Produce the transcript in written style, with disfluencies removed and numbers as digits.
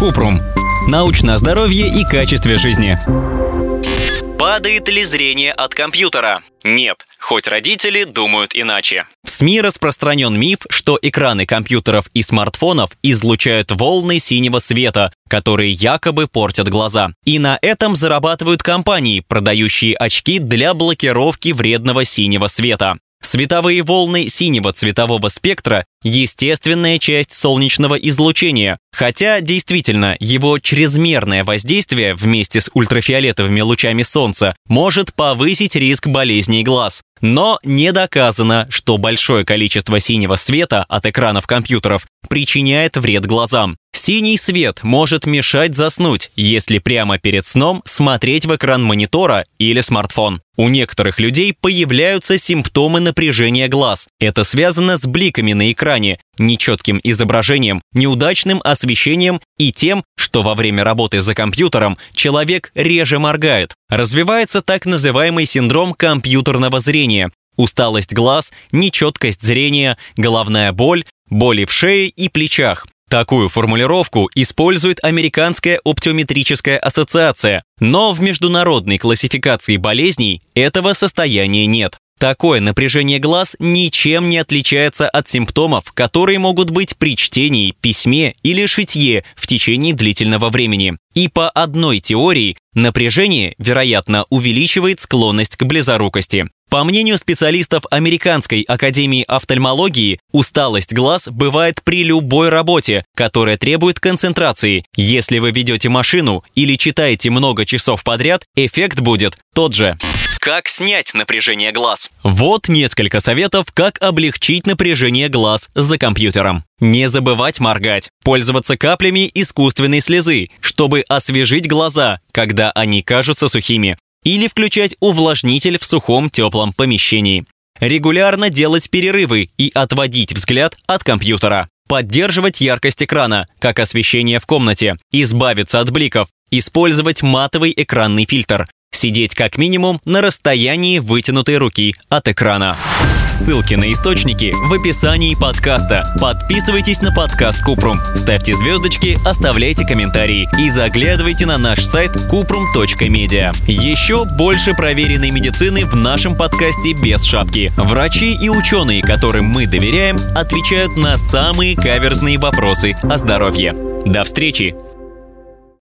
Купрум. Научное здоровье и качестве жизни. Падает ли зрение от компьютера? Нет, хоть родители думают иначе. В СМИ распространен миф, что экраны компьютеров и смартфонов излучают волны синего света, которые якобы портят глаза. И на этом зарабатывают компании, продающие очки для блокировки вредного синего света. Световые волны синего цветового спектра – естественная часть солнечного излучения, хотя действительно его чрезмерное воздействие вместе с ультрафиолетовыми лучами солнца может повысить риск болезней глаз. Но не доказано, что большое количество синего света от экранов компьютеров причиняет вред глазам. Синий свет может мешать заснуть, если прямо перед сном смотреть в экран монитора или смартфон. У некоторых людей появляются симптомы напряжения глаз. Это связано с бликами на экране, нечетким изображением, неудачным освещением и тем, что во время работы за компьютером человек реже моргает. Развивается так называемый синдром компьютерного зрения. Усталость глаз, нечеткость зрения, головная боль, боли в шее и плечах. Такую формулировку использует Американская оптометрическая ассоциация, но в международной классификации болезней этого состояния нет. Такое напряжение глаз ничем не отличается от симптомов, которые могут быть при чтении, письме или шитье в течение длительного времени. И по одной теории, напряжение, вероятно, увеличивает склонность к близорукости. По мнению специалистов Американской академии офтальмологии, усталость глаз бывает при любой работе, которая требует концентрации. Если вы ведете машину или читаете много часов подряд, эффект будет тот же. Как снять напряжение глаз? Вот несколько советов, как облегчить напряжение глаз за компьютером. Не забывать моргать. Пользоваться каплями искусственной слезы, чтобы освежить глаза, когда они кажутся сухими. Или включать увлажнитель в сухом теплом помещении. Регулярно делать перерывы и отводить взгляд от компьютера. Поддерживать яркость экрана, как освещение в комнате. Избавиться от бликов. Использовать матовый экранный фильтр. Сидеть как минимум на расстоянии вытянутой руки от экрана. Ссылки на источники в описании подкаста. Подписывайтесь на подкаст Купрум, ставьте звездочки, оставляйте комментарии и заглядывайте на наш сайт kuprum.media. Еще больше проверенной медицины в нашем подкасте без шапки. Врачи и ученые, которым мы доверяем, отвечают на самые каверзные вопросы о здоровье. До встречи!